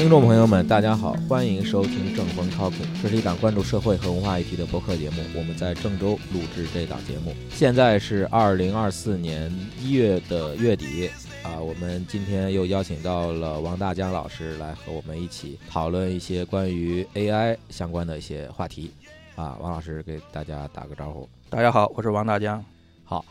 听众朋友们，大家好，欢迎收听正风 Talking， 这是一档关注社会和文化议题的播客节目。我们在郑州录制这档节目，现在是2024年1月的月底我们今天又邀请到了王大江老师来和我们一起讨论一些关于 AI 相关的一些话题王老师给大家打个招呼。 大家好，我是王大江。 好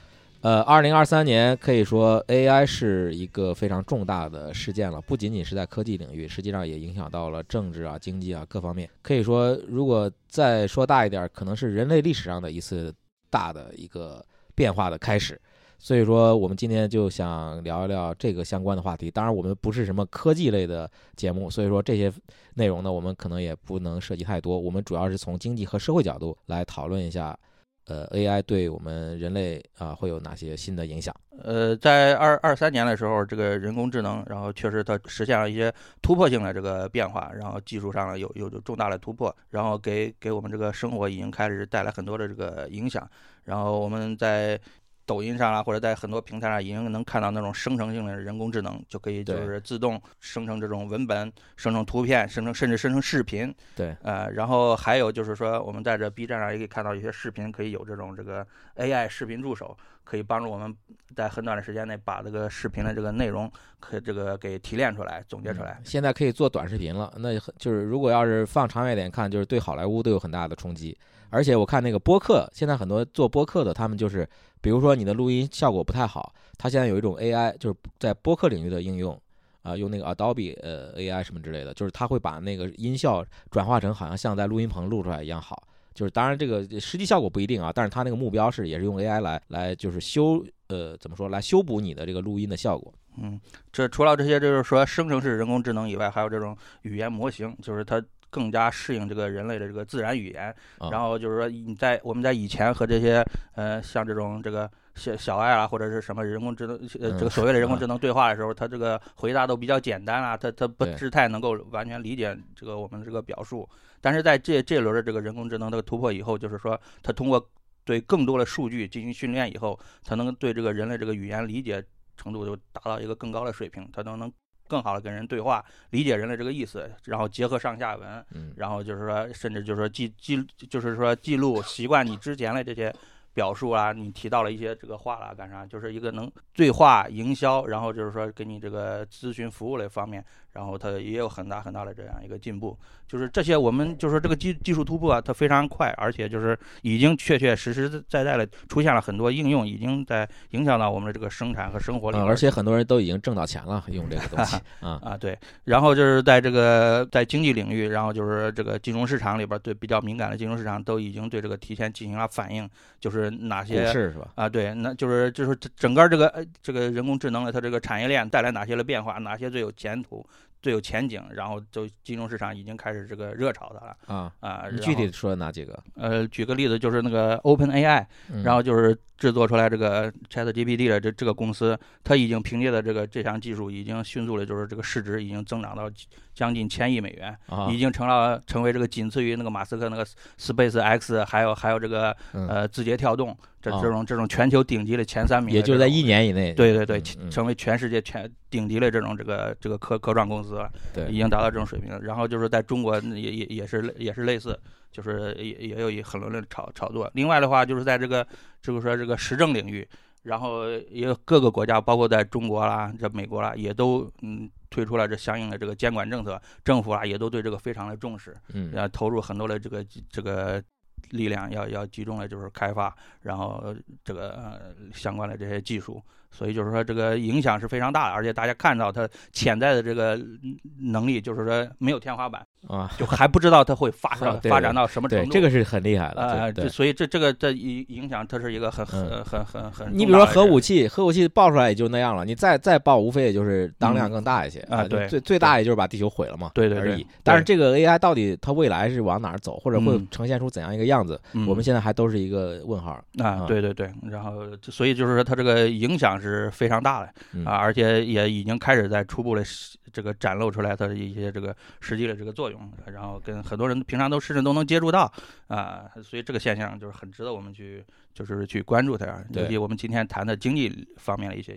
，2023年可以说 AI 是一个非常重大的事件了，不仅仅是在科技领域，实际上也影响到了政治经济各方面。可以说，如果再说大一点，可能是人类历史上的一次大的一个变化的开始。所以说，我们今天就想聊一聊这个相关的话题。当然，我们不是什么科技类的节目，所以说这些内容呢，我们可能也不能涉及太多。我们主要是从经济和社会角度来讨论一下。AI 对我们人类会有哪些新的影响？ 在23年的时候，这个人工智能，然后确实它实现了一些突破性的这个变化，然后技术上有重大的突破，然后给我们这个生活已经开始带来很多的这个影响。然后我们在抖音上或者在很多平台上已经能看到那种生成性的人工智能，就可以就是自动生成这种文本、生成图片、甚至生成视频。 对， 然后还有就是说，我们在这 B 站上也可以看到一些视频，可以有这个 AI 视频助手，可以帮助我们在很短的时间内把这个视频的这个内容给提炼出来、总结出来。 现在可以做短视频了，那就是如果要是放长远一点看，就是对好莱坞都有很大的冲击。而且我看那个播客，现在很多做播客的，他们就是比如说你的录音效果不太好，他现在有一种 AI， 就是在播客领域的应用用那个 Adobe AI 什么之类的，就是他会把那个音效转化成好像在录音棚录出来一样好。就是当然这个实际效果不一定但是他那个目标也是用 AI 来就是怎么说来修补你的这个录音的效果。 这除了这些就是说生成式人工智能以外，还有这种语言模型，就是它更加适应这个人类的这个自然语言。然后就是说我们在以前和这些像这种这个小爱或者是什么人工智能这个所谓的人工智能对话的时候，它这个回答都比较简单它不太能够完全理解这个我们这个表述。但是在这轮的这个人工智能的突破以后，就是说它通过对更多的数据进行训练以后，它能对这个人类这个语言理解程度就达到一个更高的水平，它能更好的跟人对话，理解人类这个意思，然后结合上下文，然后就是说甚至就是说记录习惯你之前的这些表述你提到了一些这个话干啥，就是一个能对话营销，然后就是说给你这个咨询服务的方面，然后它也有很大的这样一个进步。就是这些我们就是说这个技术突破它非常快，而且就是已经确实在的出现了很多应用，已经在影响到我们的这个生产和生活里面， 而且很多人都已经挣到钱了用这个东西对。然后就是在经济领域，然后就是这个金融市场里边，对比较敏感的金融市场都已经对这个提前进行了反应，就是哪些股市是吧？ 对，那就是整个这个人工智能的它这个产业链带来哪些的变化，哪些最有前途、最有前景，然后就金融市场已经开始这个热炒它了你具体说哪几个？ 举个例子，就是那个 OpenAI，然后就是制作出来这个 ChatGPT 的这个公司，它已经凭借的这项技术，已经迅速的就是这个市值已经增长到将近1000亿美元，已经成为这个仅次于那个马斯克那个 SpaceX， 还有这个字节跳动这种全球顶级的前3名， 也就在1年以内。 对，成为全世界顶级的这种这个科创公司了， 对， 已经达到这种水平。然后就是在中国也是类似，就是也有很多的炒作。另外的话，就是在这个时政领域，然后也有各个国家，包括在中国这美国也都推出了这相应的这个监管政策，政府也都对这个非常的重视，要投入很多的这个力量，要集中的就是开发，然后这个相关的这些技术。所以就是说这个影响是非常大的，而且大家看到它潜在的这个能力，就是说没有天花板就还不知道它会发展到什么程度。 对，这个是很厉害的所以这个影响它是一个很你比如说核武器爆出来也就那样了，你再爆无非也就是当量更大一些对， 最大也就是把地球毁了嘛， 对而已。但是这个 AI 到底它未来是往哪儿走，或者会呈现出怎样一个样子，我们现在还都是一个问号对，然后所以就是说它这个影响是非常大的而且也已经开始在初步的这个展露出来它的一些这个实际的这个作用，然后跟很多人平常甚至都能接触到所以这个现象就是很值得我们去关注它，尤其我们今天谈的经济方面的一些影响。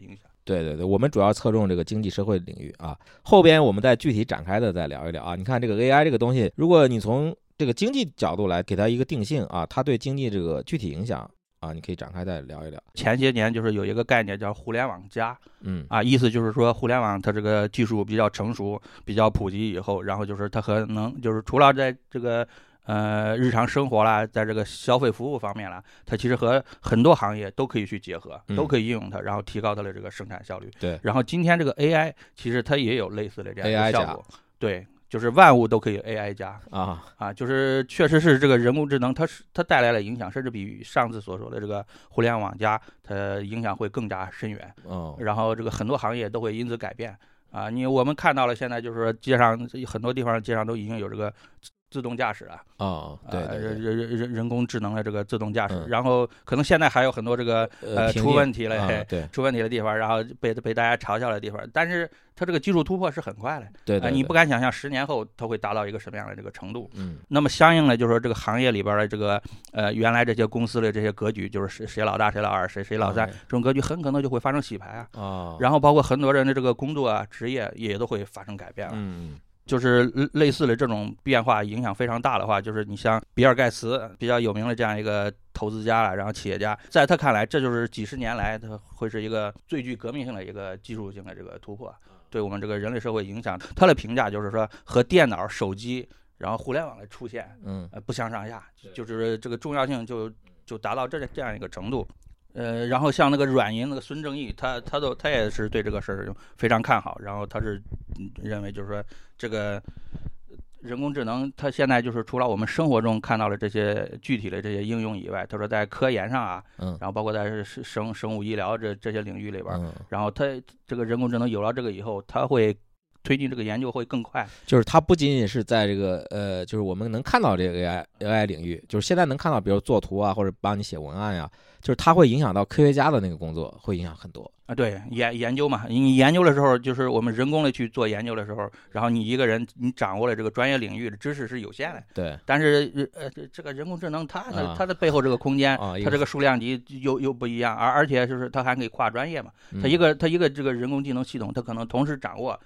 对对对，我们主要侧重这个经济社会领域啊，后边我们再具体展开的再聊一聊啊。你看这个 AI 这个东西，如果你从这个经济角度来给它一个定性啊，它对经济这个具体影响啊，你可以展开再聊一聊。 前些年就是有一个概念叫互联网加，意思就是说互联网它这个技术比较成熟、比较普及以后，然后就是它可能就是除了在这个日常生活啦，在这个消费服务方面啦，它其实和很多行业都可以去结合，都可以应用它，然后提高它的这个生产效率。 对。 然后今天这个 AI 其实它也有类似的这样一个效果。 AI 对，就是万物都可以 AI 加就是确实是这个人工智能它带来了影响，甚至比上次所说的这个互联网加它影响会更加深远。然后这个很多行业都会因此改变我们看到了现在就是说街上很多地方街上都已经有这个自动驾驶了对， 人工智能的这个自动驾驶，然后可能现在还有很多这个出问题了，出问题的地方，然后被大家嘲笑的地方，但是它这个技术突破是很快的， 对， 你不敢想象10年后它会达到一个什么样的这个程度。那么相应的就是说这个行业里边的这个原来这些公司的这些格局，就是谁老大谁老二谁老三，这种格局很可能就会发生洗牌然后包括很多人的这个工作职业也都会发生改变了。就是类似的这种变化影响非常大的话，就是你像比尔盖茨比较有名的这样一个投资家了，然后企业家，在他看来，这就是几十年来它会是一个最具革命性的一个技术性的这个突破，对我们这个人类社会影响。他的评价就是说，和电脑、手机，然后互联网的出现，不相上下，就是这个重要性就达到这样一个程度。然后像那个软银那个孙正义，他也是对这个事儿非常看好，然后他是认为就是说这个人工智能，它现在就是除了我们生活中看到的这些具体的这些应用以外，他说在科研上然后包括在生物医疗这些领域里边，然后它这个人工智能有了这个以后，它会推进这个研究会更快。 就是它不仅仅是在这个就是我们能看到这个 AI 领域，就是现在能看到，比如做图或者帮你写文案就是它会影响到科学家的那个工作，会影响很多对，研究嘛，你研究的时候，就是我们人工的去做研究的时候，然后你一个人你掌握了这个专业领域的知识是有限的， 对。 但是这个人工智能它的背后这个空间，它这个数量级又不一样，而且就是它还可以跨专业嘛，它一个这个人工智能系统，它可能同时掌握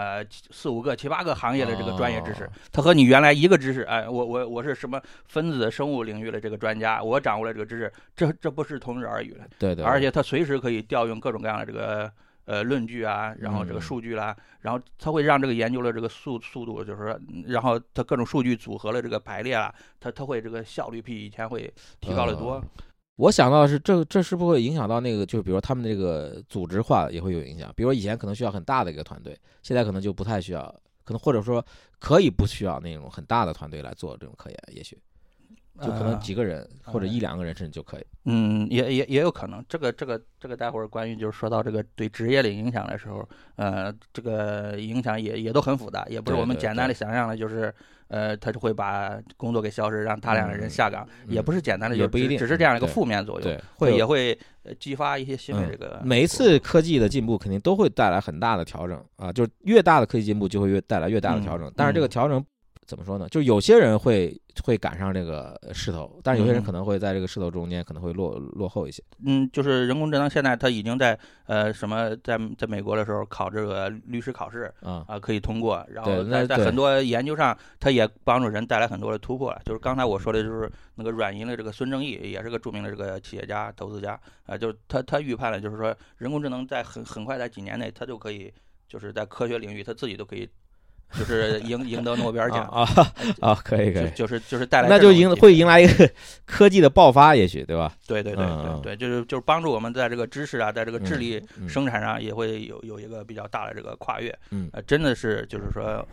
4、5个、7、8个行业的这个专业知识，它和你原来一个知识，我是什么分子生物领域的这个专家，我掌握了这个知识，这不是同日而语的。 对， 而且它随时可以调用各种各样的这个论据然后这个数据啦，然后它会让这个研究的这个速度，就是说，然后它各种数据组合了这个排列它会这个效率比以前会提高得多。 我想到的是这是不是会影响到那个，就是比如他们这个组织化也会有影响，比如以前可能需要很大的一个团队，现在可能就不太需要，可能或者说可以不需要那种很大的团队来做这种科研，也许就可能几个人或者1、2个人甚至就可以。 也有可能。这个待会儿关于就是说到这个对职业的影响的时候，这个影响也都很复杂，也不是我们简单的想象的，就是他就会把工作给消失，让大量的人下岗，也不是简单的， 也不一定， 只是这样一个负面作用。 对， 也会激发一些新的这个。 每一次科技的进步肯定都会带来很大的调整就是越大的科技进步就会带来越大的调整，但是这个调整怎么说呢？就有些人会赶上这个势头，但是有些人可能会在这个势头中间可能会落后一些。 就是人工智能现在它已经在在美国的时候考这个律师考试可以通过，然后在很多研究上它也帮助人带来很多的突破了。就是刚才我说的，就是那个软银的这个孙正义也是个著名的这个企业家投资家就是他预判了，就是说人工智能在很快在几年内它就可以就是在科学领域它自己都可以。就是赢得诺贝尔奖可以， 就是带来， 那就会迎来一个科技的爆发，也许对吧？ 对，就是帮助我们在这个知识在这个智力生产上也会有一个比较大的这个跨越。真的是就是说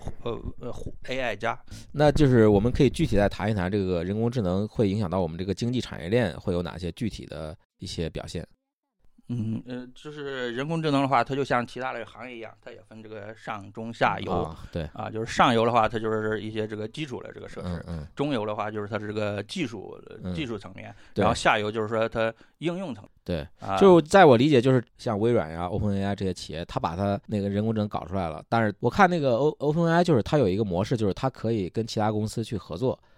AI 加， 那就是我们可以具体再谈一谈这个人工智能会影响到我们这个经济产业链会有哪些具体的一些表现。 就是人工智能的话，它就像其他的行业一样，它也分这个上中下游。 对就是上游的话，它就是一些这个基础的这个设施；中游的话，就是它这个技术层面；然后下游就是说它应用层。 对，就在我理解，就是像微软OpenAI 这些企业，它把它那个人工智能搞出来了，但是我看那个 OpenAI 就是它有一个模式，就是它可以跟其他公司去合作。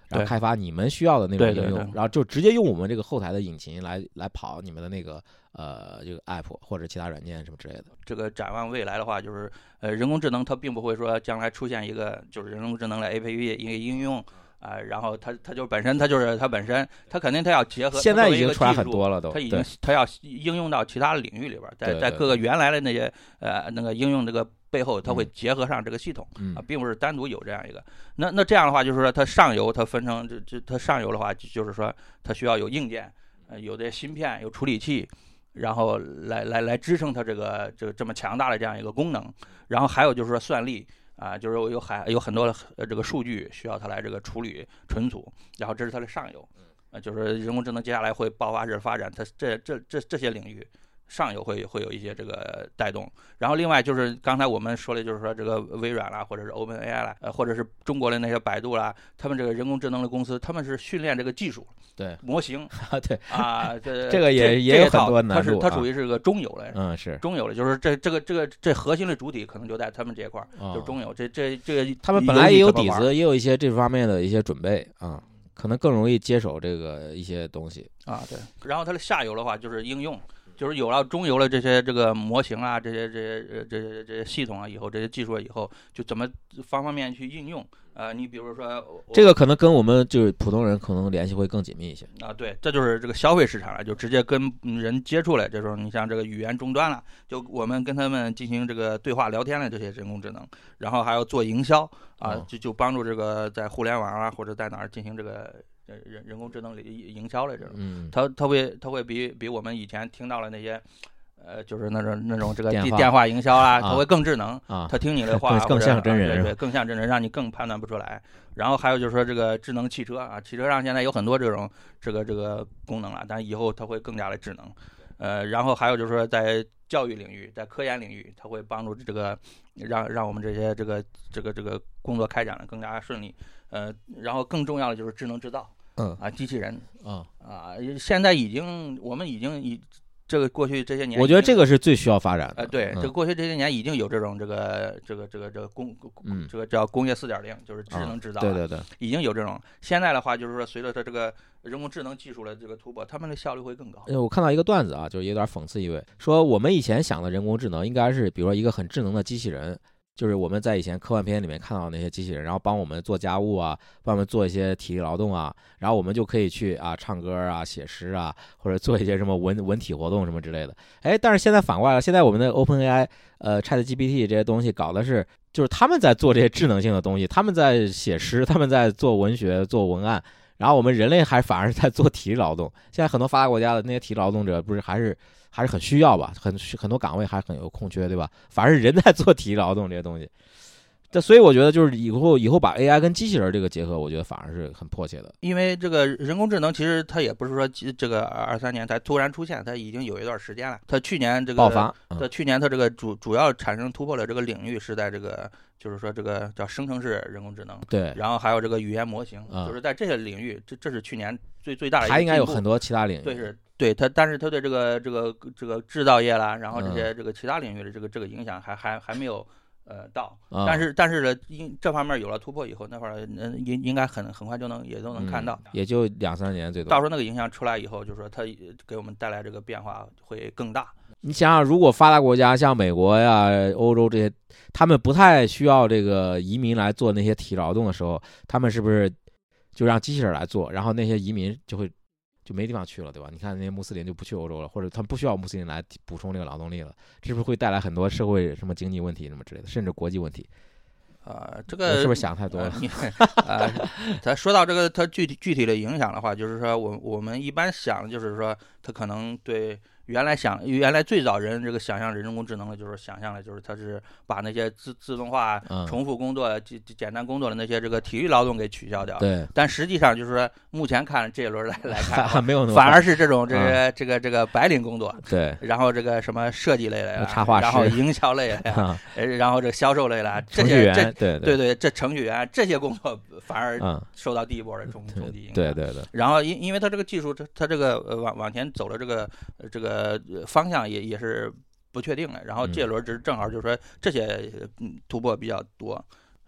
然后开发你们需要的那种应用， 对， 然后就直接用我们这个后台的引擎来跑你们的那个这个 app 或者其他软件什么之类的。 这个展望未来的话，就是人工智能它并不会说将来出现一个就是人工智能的 APP 一个应用。然后它就本身它肯定它要结合， 现在已经出来很多了都， 它要应用到其他领域里边，在各个原来的那些那个应用这个背后，它会结合上这个系统并不是单独有这样一个。那这样的话，就是说它上游它分成它上游的话，就是说它需要有硬件，有的芯片，有处理器。然后来支撑它这么强大的这样一个功能，然后还有就是说算力。就是有很多这个数据需要它来这个处理存储，然后这是它的上游，就是人工智能接下来会爆发式发展，它这些领域上游会有一些这个带动。然后另外就是刚才我们说的，就是说这个微软啦，或者是 OpenAI 啦，或者是中国的那些百度啦，他们这个人工智能的公司，他们是训练这个技术。 对模型对这个也有很多难度， 它属于是个中游类， 是中游类，就是这核心的主体可能就在他们这一块，就是中游，这个他们本来也有底子，也有一些这方面的一些准备啊，可能更容易接手这个一些东西对。然后它的下游的话就是应用，就是有了中游的这些这个模型啊，这些系统啊，以后这些技术以后就怎么方方面面去应用。你比如说这个可能跟我们就是普通人可能联系会更紧密一些对，这就是这个消费市场了，就直接跟人接触了。这种你像这个语言终端了，就我们跟他们进行这个对话聊天的这些人工智能，然后还要做营销就帮助这个在互联网啊或者在哪儿进行这个人工智能营销的这种，它会比我们以前听到了那些。就是那种这个电话营销它会更智能它听你的话更像真人， 对，更像真人，让你更判断不出来。然后还有就是说这个智能汽车汽车上现在有很多这种这个功能了，但是以后它会更加的智能。然后还有就是说在教育领域，在科研领域，它会帮助这个让我们这些这个工作开展的更加顺利。然后更重要的就是智能制造，机器人，现在我们已经这个过去这些年， 我觉得这个是最需要发展的。 对，这个过去这些年已经有这种这个叫工业4.0，就是智能制造。 对， 已经有这种。现在的话，就是说随着它这个人工智能技术的这个突破，他们的效率会更高。 我看到一个段子就是有点讽刺意味，说我们以前想的人工智能应该是，比如说一个很智能的机器人。就是我们在以前科幻片里面看到的那些机器人，然后帮我们做家务帮我们做一些体力劳动然后我们就可以去唱歌写诗或者做一些什么文体活动什么之类的。但是现在反过来了，现在我们的 OpenAI ChatGPT 这些东西搞的是，就是他们在做这些智能性的东西，他们在写诗，他们在做文学做文案，然后我们人类反而在做体力劳动。现在很多发达国家的那些体力劳动者不是还是很需要吧，很多岗位还很有空缺，对吧？反而是人在做体力劳动这些东西。所以我觉得就是以后把 AI 跟机器人这个结合，我觉得反而是很迫切的。 因为这个人工智能其实它也不是说这个23年才突然出现，它已经有一段时间了。它去年这个爆发， 它去年它这个主要产生突破的这个领域是在这个就是说这个叫生成式人工智能， 对， 然后还有这个语言模型，就是在这些领域，这是去年最大的一个进步。 还应该有很多其他领域， 对它，但是它对这个制造业啦，然后这些这个其他领域的这个影响还没有到，但是呢，这方面有了突破以后，那会儿应该很快都能看到， 也就2-3年最多。 到时候那个影响出来以后，就是说它给我们带来这个变化会更大。 你想想，如果发达国家像美国呀、欧洲这些，他们不太需要这个移民来做那些体力劳动的时候，他们是不是就让机器人来做，然后那些移民就没地方去了，对吧？你看那些穆斯林就不去欧洲了，或者他们不需要穆斯林来补充这个劳动力了，这是不是会带来很多社会什么经济问题什么之类的，甚至国际问题？ 这个是不是想太多了？ 咱说到这个它具体的影响的话，就是说我们一般想的就是说它可能对。原来最早人这个想象人工智能的，就是想象的就是它是把那些自动化、重复工作、简单工作的那些这个体力劳动给取消掉。 对。 但实际上就是说，目前看这一轮来看， 没有那么反而是这种这个白领工作。 对。 然后这个什么设计类的呀， 插画师， 然后营销类的呀，然后这销售类的， 程序员，对， 这程序员这些工作反而受到第一波的冲击影响。 对。 然后因为它这个技术，它这个往前走的这个方向也是不确定的，然后这轮正好就是说这些突破比较多，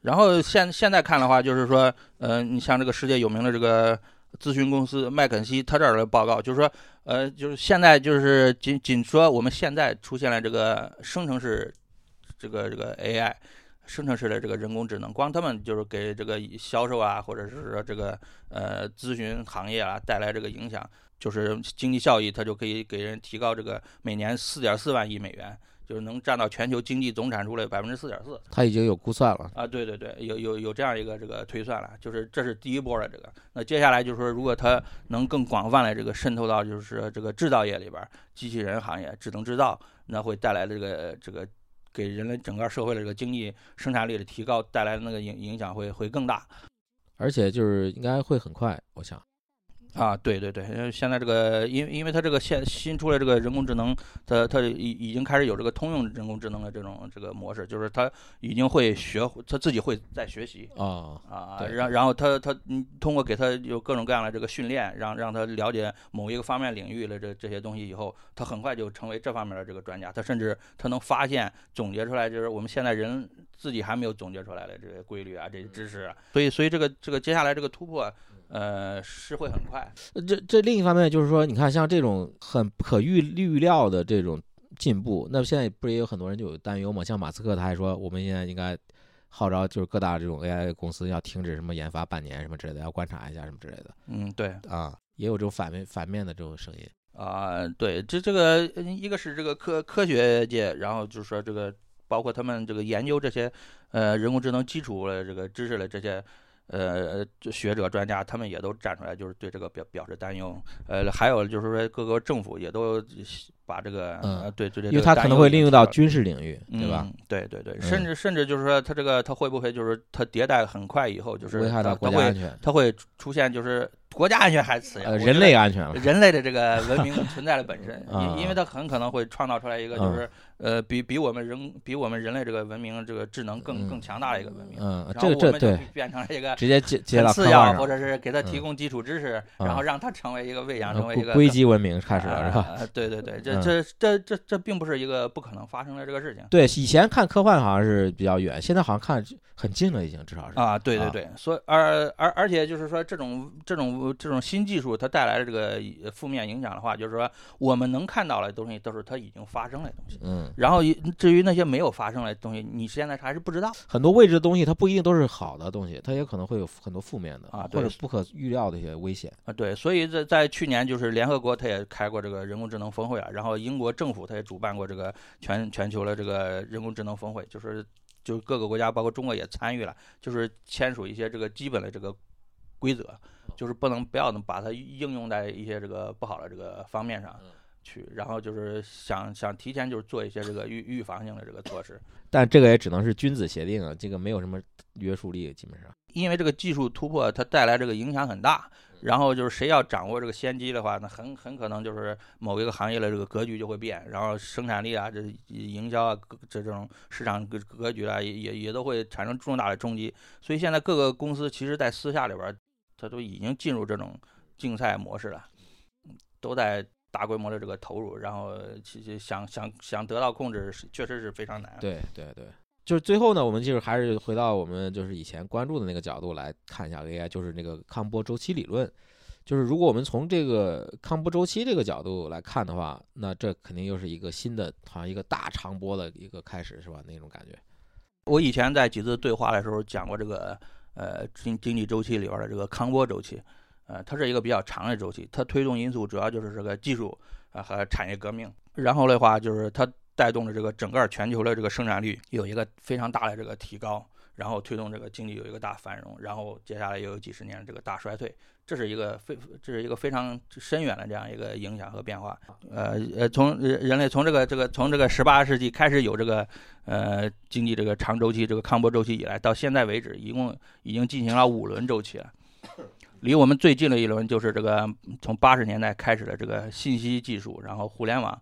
然后现在看的话，就是说，你像这个世界有名的这个咨询公司麦肯锡，他这儿的报告就是说，就是现在就是仅说我们现在出现了这个生成式这个 AI。生成式的这个人工智能，光他们就是给这个销售啊，或者是说这个咨询行业啊带来这个影响，就是经济效益，它就可以给人提高这个每年4.4万亿美元，就是能占到全球经济总产出的4.4%。 它已经有估算了啊，对，有这样一个这个推算了，就是这是第一波的这个。那接下来就是说，如果它能更广泛的这个渗透到就是这个制造业里边，机器人行业、智能制造，那会带来这个。给人类整个社会的这个经济生产力的提高带来的那个影响会更大， 而且就是应该会很快，我想。 啊，对，现在这个因为它这个新出来这个人工智能，它已经开始有这个通用人工智能的这个模式，就是它已经会它自己会在学习然后它通过给它有各种各样的这个训练，让它了解某一个方面领域的这些东西以后，它很快就成为这方面的这个专家，它甚至它能发现总结出来，就是我们现在人自己还没有总结出来的这些规律啊，这些知识啊，所以这个接下来这个突破。是会很快。 这另一方面就是说，你看像这种很可预料的这种进步，那现在不是也有很多人就有担忧嘛？像马斯克他还说，我们现在应该号召就是各大这种 AI 公司要停止什么研发半年什么之类的，要观察一下什么之类的。 对啊，也有这种反面的这种声音啊。对，这个一个是这个科学界，然后就是说这个包括他们这个研究这些人工智能基础的这个知识的这些。学者专家他们也都站出来，就是对这个表示担忧。还有就是说各个政府也都把这个对， 因为它可能会利用到军事领域，对吧？ 对，甚至就是说它会不会就是它迭代很快以后，就是危害到国家安全， 它会出现就是国家安全还次要， 人类安全了， 人类的这个文明存在的本身，因为它很可能会创造出来一个就是比我们人类这个文明这个智能更强大的一个文明。 这对变成了一个直接接到次要，或者是给他提供基础知识，然后让他成为一个喂养，成为一个硅基文明开始了，是吧？ 对，这并不是一个不可能发生的这个事情。 对，以前看科幻好像是比较远，现在好像看很近了，已经至少是啊，对，所以而且就是说这种新技术它带来的这个负面影响的话，就是说我们能看到的东西都是它已经发生的东西，然后至于那些没有发生的东西，你现在还是不知道。 很多未知的东西它不一定都是好的东西，它也可能会有很多负面的啊， 或者不可预料的一些危险啊。对，所以在去年就是联合国它也开过这个人工智能峰会啊，然后英国政府它也主办过这个全球的这个人工智能峰会，就是各个国家包括中国也参与了，就是签署一些这个基本的这个规则，就是不要把它应用在一些这个不好的这个方面上去，然后就是想提前就是做一些这个预防性的这个措施。 但这个也只能是君子协定啊，这个没有什么约束力，基本上。 因为这个技术突破它带来这个影响很大，然后就是谁要掌握这个先机的话，那很可能就是某一个行业的这个格局就会变，然后生产力啊、这营销啊、这种市场格局啊，也都会产生重大的冲击。所以现在各个公司其实在私下里边，它都已经进入这种竞赛模式了，都在大规模的这个投入，然后其实想得到控制，确实是非常难。 对。就是最后呢，我们就是还是回到我们就是以前关注的那个角度来看一下 AI， 就是那个康波周期理论。就是如果我们从这个康波周期这个角度来看的话，那这肯定又是一个新的，好像一个大长波的一个开始，是吧？那种感觉。 我以前在几次对话的时候讲过这个经济周期里边的这个康波周期，它是一个比较长的周期，它推动因素主要就是这个技术和产业革命，然后的话就是它带动了这个整个全球的这个生产率有一个非常大的这个提高，然后推动这个经济有一个大繁荣，然后接下来又有几十年这个大衰退，这是一个非常深远的这样一个影响和变化。从人类从这个18世纪开始有这个经济这个长周期这个康波周期以来，到现在为止，一共已经进行了5轮周期了。离我们最近的一轮就是这个从80年代开始的这个信息技术，然后互联网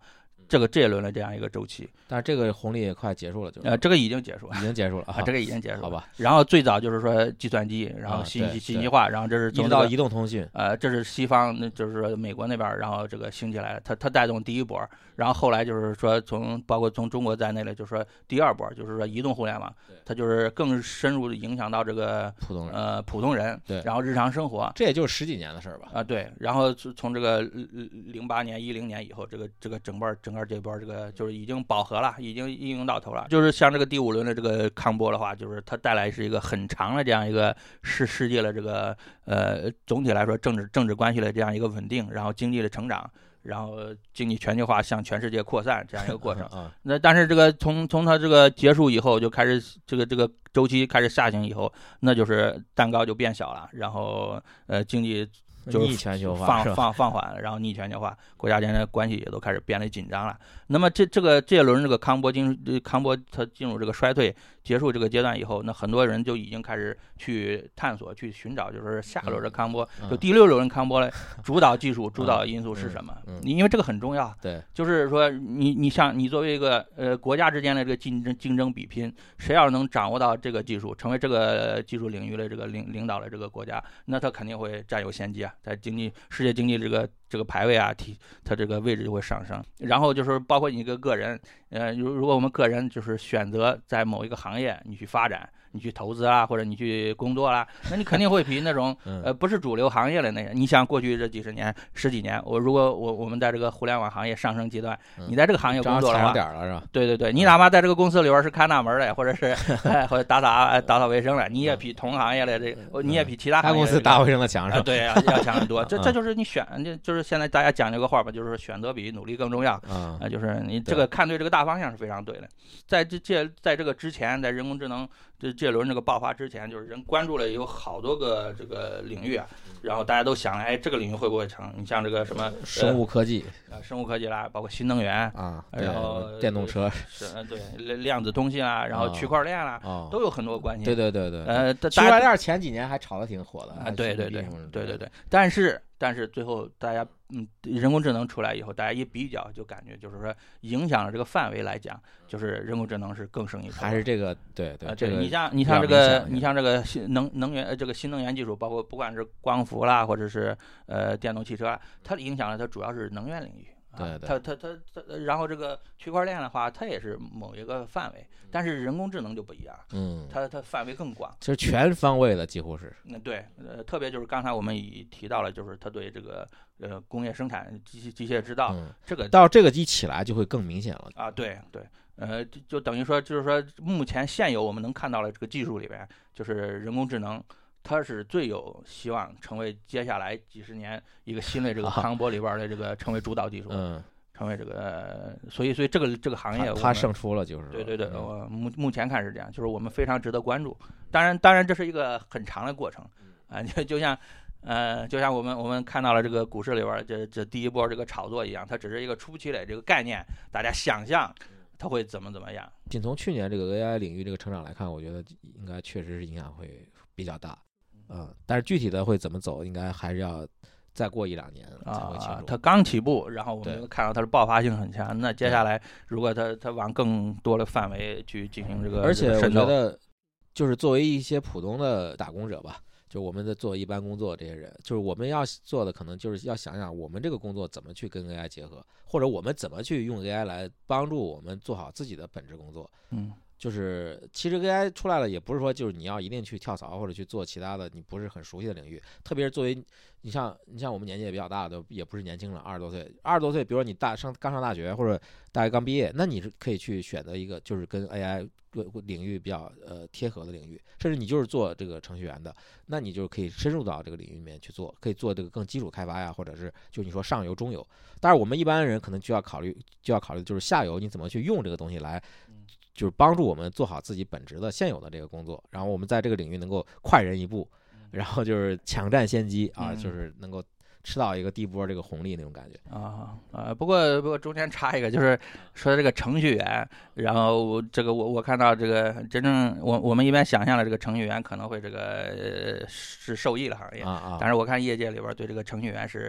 这一轮的这样一个周期。 但是这个红利也快结束了，就这个已经结束了， 已经结束了啊，这个已经结束了， 好吧。 然后最早就是说计算机，然后信息化，然后这是一直到移动通讯， 这是西方，就是说美国那边，然后这个兴起来了，它带动第一波，然后后来就是说包括从中国在内的，就是说第二波，就是说移动互联网，它就是更深入的影响到这个普通人， 对， 然后日常生活， 这也就是10几年的事儿吧， 对，然后从这个08年10年以后，这个整个这波这个就是已经饱和了，已经应用到头了。就是像这个第5轮的这个康波的话，就是它带来是一个很长的这样一个世界的这个总体来说政治关系的这样一个稳定，然后经济的成长，然后经济全球化向全世界扩散这样一个过程。那但是这个从它这个结束以后，就开始这个周期开始下行以后，那就是蛋糕就变小了，然后经济就是逆全球化放缓，然后逆全球化，国家间的关系也都开始变得紧张了。那么这一轮这个康波它进入这个衰退结束这个阶段以后，那很多人就已经开始去探索去寻找，就是下轮的康波，就第6轮康波的主导技术、主导因素是什么？因为这个很重要。 对， 就是说你像你作为一个国家之间的这个竞争比拼，谁要能掌握到这个技术，成为这个技术领域的这个领导的这个国家，那他肯定会占有先机啊，在世界经济这个排位啊，它这个位置就会上升。然后就是包括你一个个人，如果我们个人就是选择在某一个行业你去发展，你去投资啦，或者你去工作啦，那你肯定会比那种不是主流行业的那些。你想过去这几十几年，如果我们在这个互联网行业上升阶段，你在这个行业工作的话， 点了是吧？ 对，你哪怕在这个公司里边是看大门的，或者是或者打扫卫生的，你也比同行业的你也比其他行业公司打卫生的强是吧？ 对呀，要强很多。这就是你就是现在大家讲这个话吧，就是选择比努力更重要。就是你这个看对这个大方向是非常对的。在这个之前，在人工智能这轮这个爆发之前，就是人关注了有好多个这个领域啊，然后大家都想了，这个领域会不会成？你像这个什么生物科技啦，包括新能源啊，然后电动车对量子通信啦，然后区块链啦，都有很多关系。 对，区块链前几年还炒得挺火的。 对，但是最后大家人工智能出来以后，大家一比较就感觉就是说影响了这个范围来讲，就是人工智能是更胜一筹。 还是这个对， 这个你像这个新能源这个新能源技术，包括不管是光伏啦，或者是电动汽车啦，它影响了它主要是能源领域。 对， 它然后这个区块链的话，它也是某一个范围，但是人工智能就不一样，它范围更广， 其实全方位的几乎是。 对，特别就是刚才我们已提到了，就是它对这个工业生产、机械制造，这个到这个一起来就会更明显了啊。对，就等于说，就是说目前现有我们能看到的这个技术里边，就是人工智能。它是最有希望成为接下来几十年一个新的这个康波里边的这个成为主导技术，成为这个，所以这个行业它胜出了，就是对，我目前看是这样，就是我们非常值得关注。当然这是一个很长的过程啊，就像我们看到了这个股市里边这第一波这个炒作一样，它只是一个初期的这个概念，大家想象它会怎么样。 仅从去年这个 AI 领域这个成长来看，我觉得应该确实是影响会比较大。但是具体的会怎么走，应该还是要再过1-2年才会清楚。 它刚起步，然后我们看到它的爆发性很强。那接下来，如果它往更多的范围去进行这个， 而且我觉得，就是作为一些普通的打工者吧，就我们在做一般工作这些人，就是我们要做的可能就是要想想我们这个工作怎么去跟 AI 结合，或者我们怎么去用 AI 来帮助我们做好自己的本职工作。就是其实 AI 出来了，也不是说就是你要一定去跳槽或者去做其他的你不是很熟悉的领域，特别是作为你像我们年纪也比较大的，也不是年轻了，20多岁，比如说你刚上大学或者大学刚毕业，那你是可以去选择一个就是跟 AI 领域比较贴合的领域，甚至你就是做这个程序员的，那你就可以深入到这个领域里面去做，可以做这个更基础开发呀，或者是就你说上游中游。当然我们一般人可能就要考虑的就是下游你怎么去用这个东西来就是帮助我们做好自己本职的现有的这个工作，然后我们在这个领域能够快人一步，然后就是抢占先机啊，就是能够吃到一个第一波这个红利那种感觉不过中间插一个，就是说这个程序员，然后这个我看到这个真正我们一般想象的这个程序员可能会这个是受益的行业但是我看业界里边对这个程序员是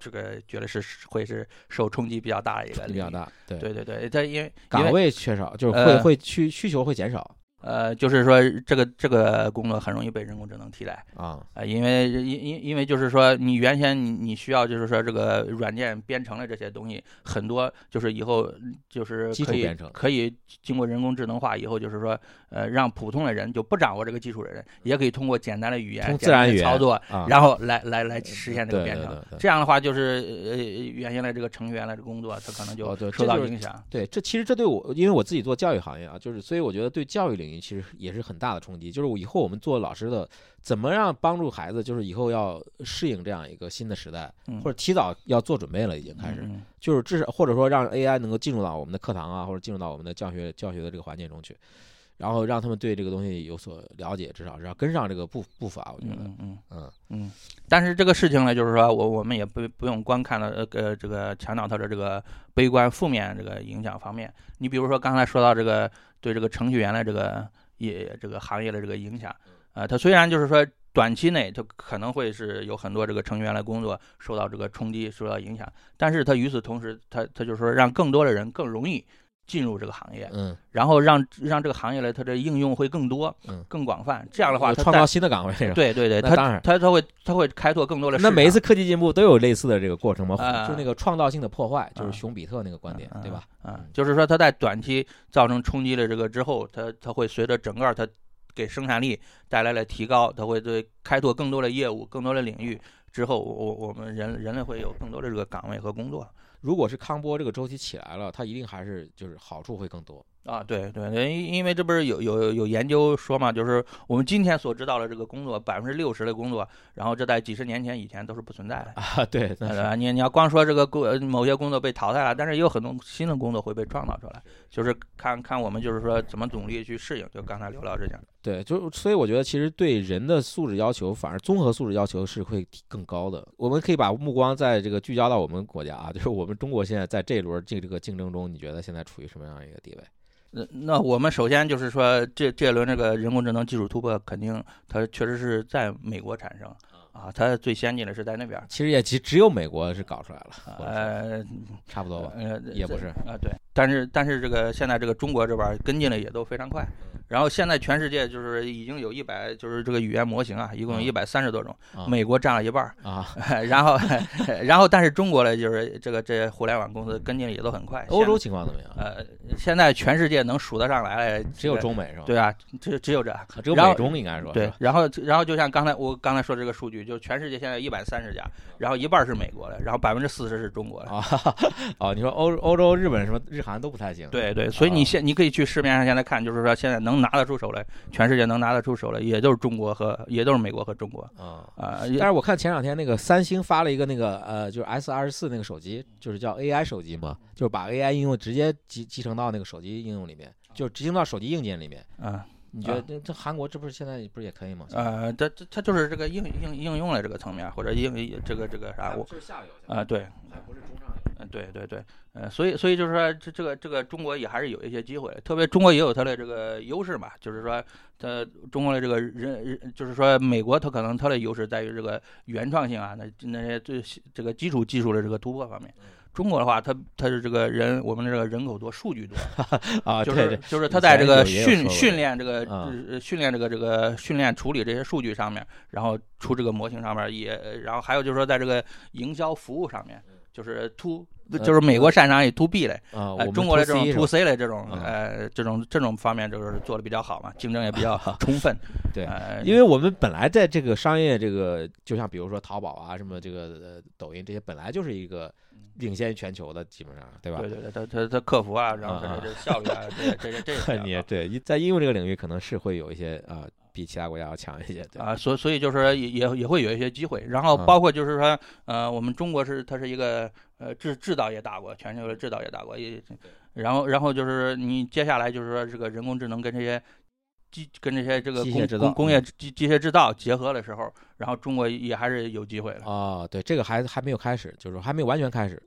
这个觉得会是受冲击比较大的一个领域， 比较大， 对，它因为岗位缺少，就是会需求会减少。 就是说这个工作很容易被人工智能替代因为就是说你原先你需要就是说这个软件编程的这些东西很多，就是以后就是可以经过人工智能化以后，就是说让普通的人就不掌握这个技术的人，也可以通过简单的语言、 自然语言操作，然后来实现这个编程。这样的话，就是原先的这个程序员的这个工作，它可能就受到影响。 对，这对我，因为我自己做教育行业啊，就是所以我觉得对教育领域其实也是很大的冲击，就是以后我们做老师的，怎么让帮助孩子，就是以后要适应这样一个新的时代，或者提早要做准备了，已经开始，就是至少或者说让 AI 能够进入到我们的课堂啊，或者进入到我们的教学的这个环境中去，然后让他们对这个东西有所了解，至少是要跟上这个步伐，我觉得， 但是这个事情呢，就是说我们也不用光看到这个强调它的这个悲观负面这个影响方面。你比如说刚才说到这个对这个程序员的这个行业的这个影响，它虽然就是说短期内它可能会是有很多这个程序员的工作受到这个冲击、受到影响，但是它与此同时，它就是说让更多的人更容易进入这个行业，然后让这个行业的它的应用会更多，更广泛。这样的话，它创造新的岗位。 对，它会开拓更多的市场。 那每一次科技进步都有类似的这个过程吗？就那个创造性的破坏，就是熊彼特那个观点，对吧？ 就是说它在短期造成冲击了这个之后，它会随着整个它给生产力带来了提高，它会对开拓更多的业务、更多的领域之后，我们人类会有更多的这个岗位和工作。 如果是康波这个周期起来了，它一定还是就是好处会更多对，因为这不是有研究说嘛，就是我们今天所知道的这个工作60%的工作，然后这在几十年前以前都是不存在的对， 你要光说这个某些工作被淘汰了，但是也有很多新的工作会被创造出来，就是看我们就是说怎么努力去适应。就刚才刘老师讲， 对，所以我觉得其实对人的素质要求，反而综合素质要求是会更高的。我们可以把目光在这个聚焦到我们国家就是我们中国现在在这一轮这个竞争中，你觉得现在处于什么样一个地位？ 那我们首先就是说，这一轮这个人工智能技术突破，肯定它确实是在美国产生它最先进的是在那边。 其实也只有美国是搞出来了，差不多吧，也不是对。但是这个现在这个中国这边跟进的也都非常快。然后现在全世界就是已经有就是这个语言模型一共有130多种，美国占了一半然后但是中国的就是这些互联网公司跟进的也都很快。 欧洲情况怎么样？ 现在全世界能数得上来只有中美是吧？ 对啊，只有这， 只有美中应该说对。然后就像我刚才说这个数据，就全世界现在130家，然后一半是美国的，然后40%是中国的你说欧洲、日本什么日韩都不太行。 对，所以你可以去市面上现在看，就是说现在能拿得出手的，全世界能拿得出手的，也就是美国和中国但是我看前2天那个三星发了一个那个就是 S24那个手机，就是叫 AI 手机嘛，就是把 AI 应用直接集成到那个手机应用里面，就集成到手机硬件里面你觉得这韩国这不是现在不是也可以吗？ 它就是这个应用的这个层面，或者这个啥， 就是下游对， 还不是中上游。 对，所以就是说这个中国也还是有一些机会，特别中国也有它的这个优势嘛，就是说它中国的这个就是说美国它可能它的优势在于这个原创性那些这个基础技术的这个突破方面。中国的话，它是这个我们这个人口多，数据多就是它在这个训练这个训练处理这些数据上面，然后出这个模型上面然后还有就是说在这个营销服务上面，就是就是美国擅长以 to B 类中国的这种 to C 类这种方面就是做的比较好嘛，竞争也比较充分。 对，因为我们本来在这个商业这个，就像比如说淘宝什么这个抖音这些，本来就是一个领先全球的，基本上对吧？ 对，它客服然后这效率这你对在应用这个领域可能是会有一些比其他国家要强一些所以就是也会有一些机会，然后包括就是说我们中国它是一个制造业大国，全球的制造业大国然后就是你接下来就是说这个人工智能跟这些这个工业机械制造结合的时候，然后中国也还是有机会的对，这个还没有开始，就是还没有完全开始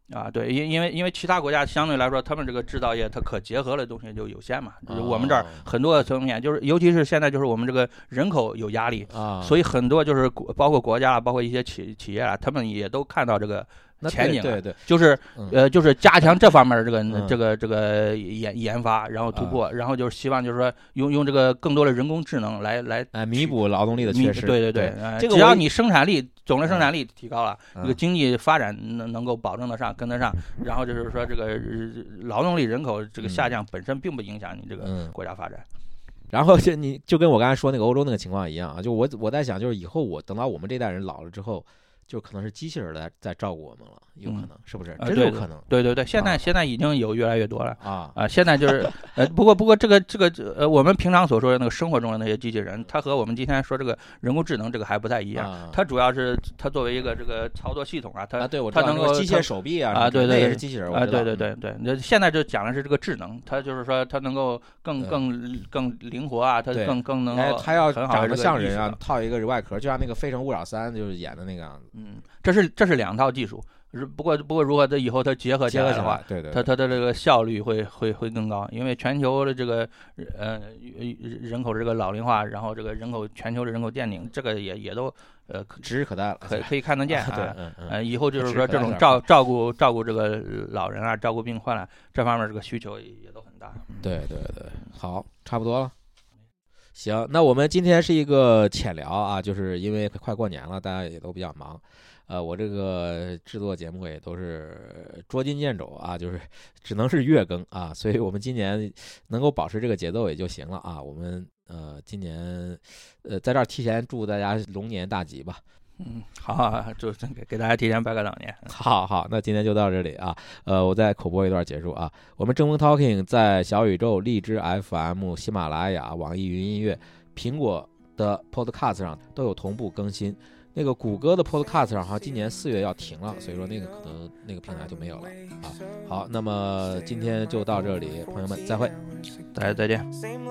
对，因为其他国家相对来说，他们这个制造业它可结合的东西就有限嘛。我们这儿很多层面，就是尤其是现在就是我们这个人口有压力所以很多就是包括国家包括一些企业他们也都看到这个前景， 对， 就是就是加强这方面的这个研发，然后突破，然后就是希望就是说用这个更多的人工智能来弥补劳动力的缺失。 对，这个只要你总的生产力提高了，这个经济发展能够保证得上跟得上，然后就是说这个劳动力人口这个下降本身并不影响你这个国家发展。 然后就跟我刚才说那个欧洲那个情况一样啊，就我在想，就是以后等到我们这代人老了之后。就可能是机器人在照顾我们了，有可能，是不是？真有可能。 对，现在已经有越来越多了现在就是不过这个我们平常所说的那个生活中的那些机器人，它和我们今天说这个人工智能这个还不太一样。它主要是它作为一个这个操作系统它能够机械手臂对， 那也是机器人对。现在就讲的是这个智能，它就是说它能够更灵活它更能够它要长得像人套一个外壳，就像那个《非诚勿扰3》就是演的那个样子。 这是两套技术，不过如果它以后它结合起来的话， 对， 它的这个效率会更高，因为全球的这个人口这个老龄化，然后这个全球的人口见顶，这个也都指日可待了， 可以看得见对， 以后就是说这种照顾这个老人照顾病患这方面这个需求也都很大。 对，好，差不多了。行，那我们今天是一个浅聊就是因为快过年了，大家也都比较忙。我这个制作节目也都是捉襟见肘就是只能是月更所以我们今年能够保持这个节奏也就行了我们今年在这儿提前祝大家龙年大吉吧。 好，祝给大家提前拜个早年。 好，那今天就到这里我再口播一段结束我们正风 Talking 在小宇宙、荔枝 FM、喜马拉雅、网易云音乐、苹果的 Podcast 上都有同步更新。那个谷歌的 Podcast 上好像今年4月要停了，所以说那个可能那个平台就没有了好，那么今天就到这里，朋友们再会， 大家再见。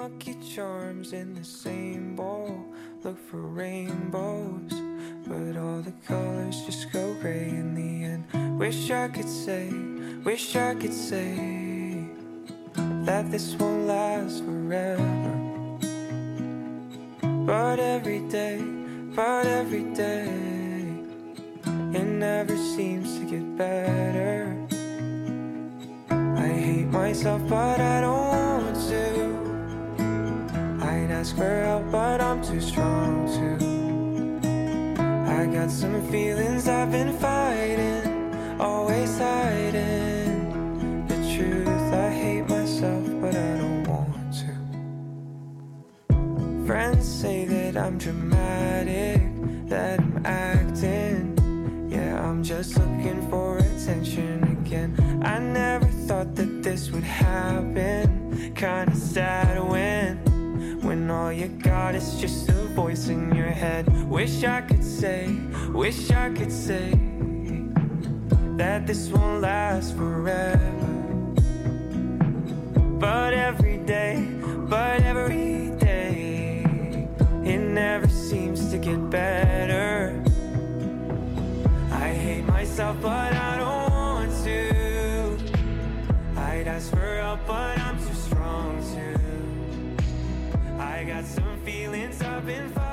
But all the colors just go gray in the end. Wish I could say that this won't last forever. But every day, it never seems to get better. I hate myself, but I don't want to. I'd ask for help, but I'm too strong to. I got some feelings I've been fighting, always hiding the truth. I hate myself, but I don't want to. Friends say that I'm dramatic, that I'm acting. Yeah, I'm just looking for attention again. I never thought that this would happen. Kinda sad when all you got is just a voice in your head. Wish I could say that this won't last forever. But every day, it never seems to get better. I hate myself, but I don't want to. I'd ask for help, but I'm too strong to. I got some feelings I've been fighting.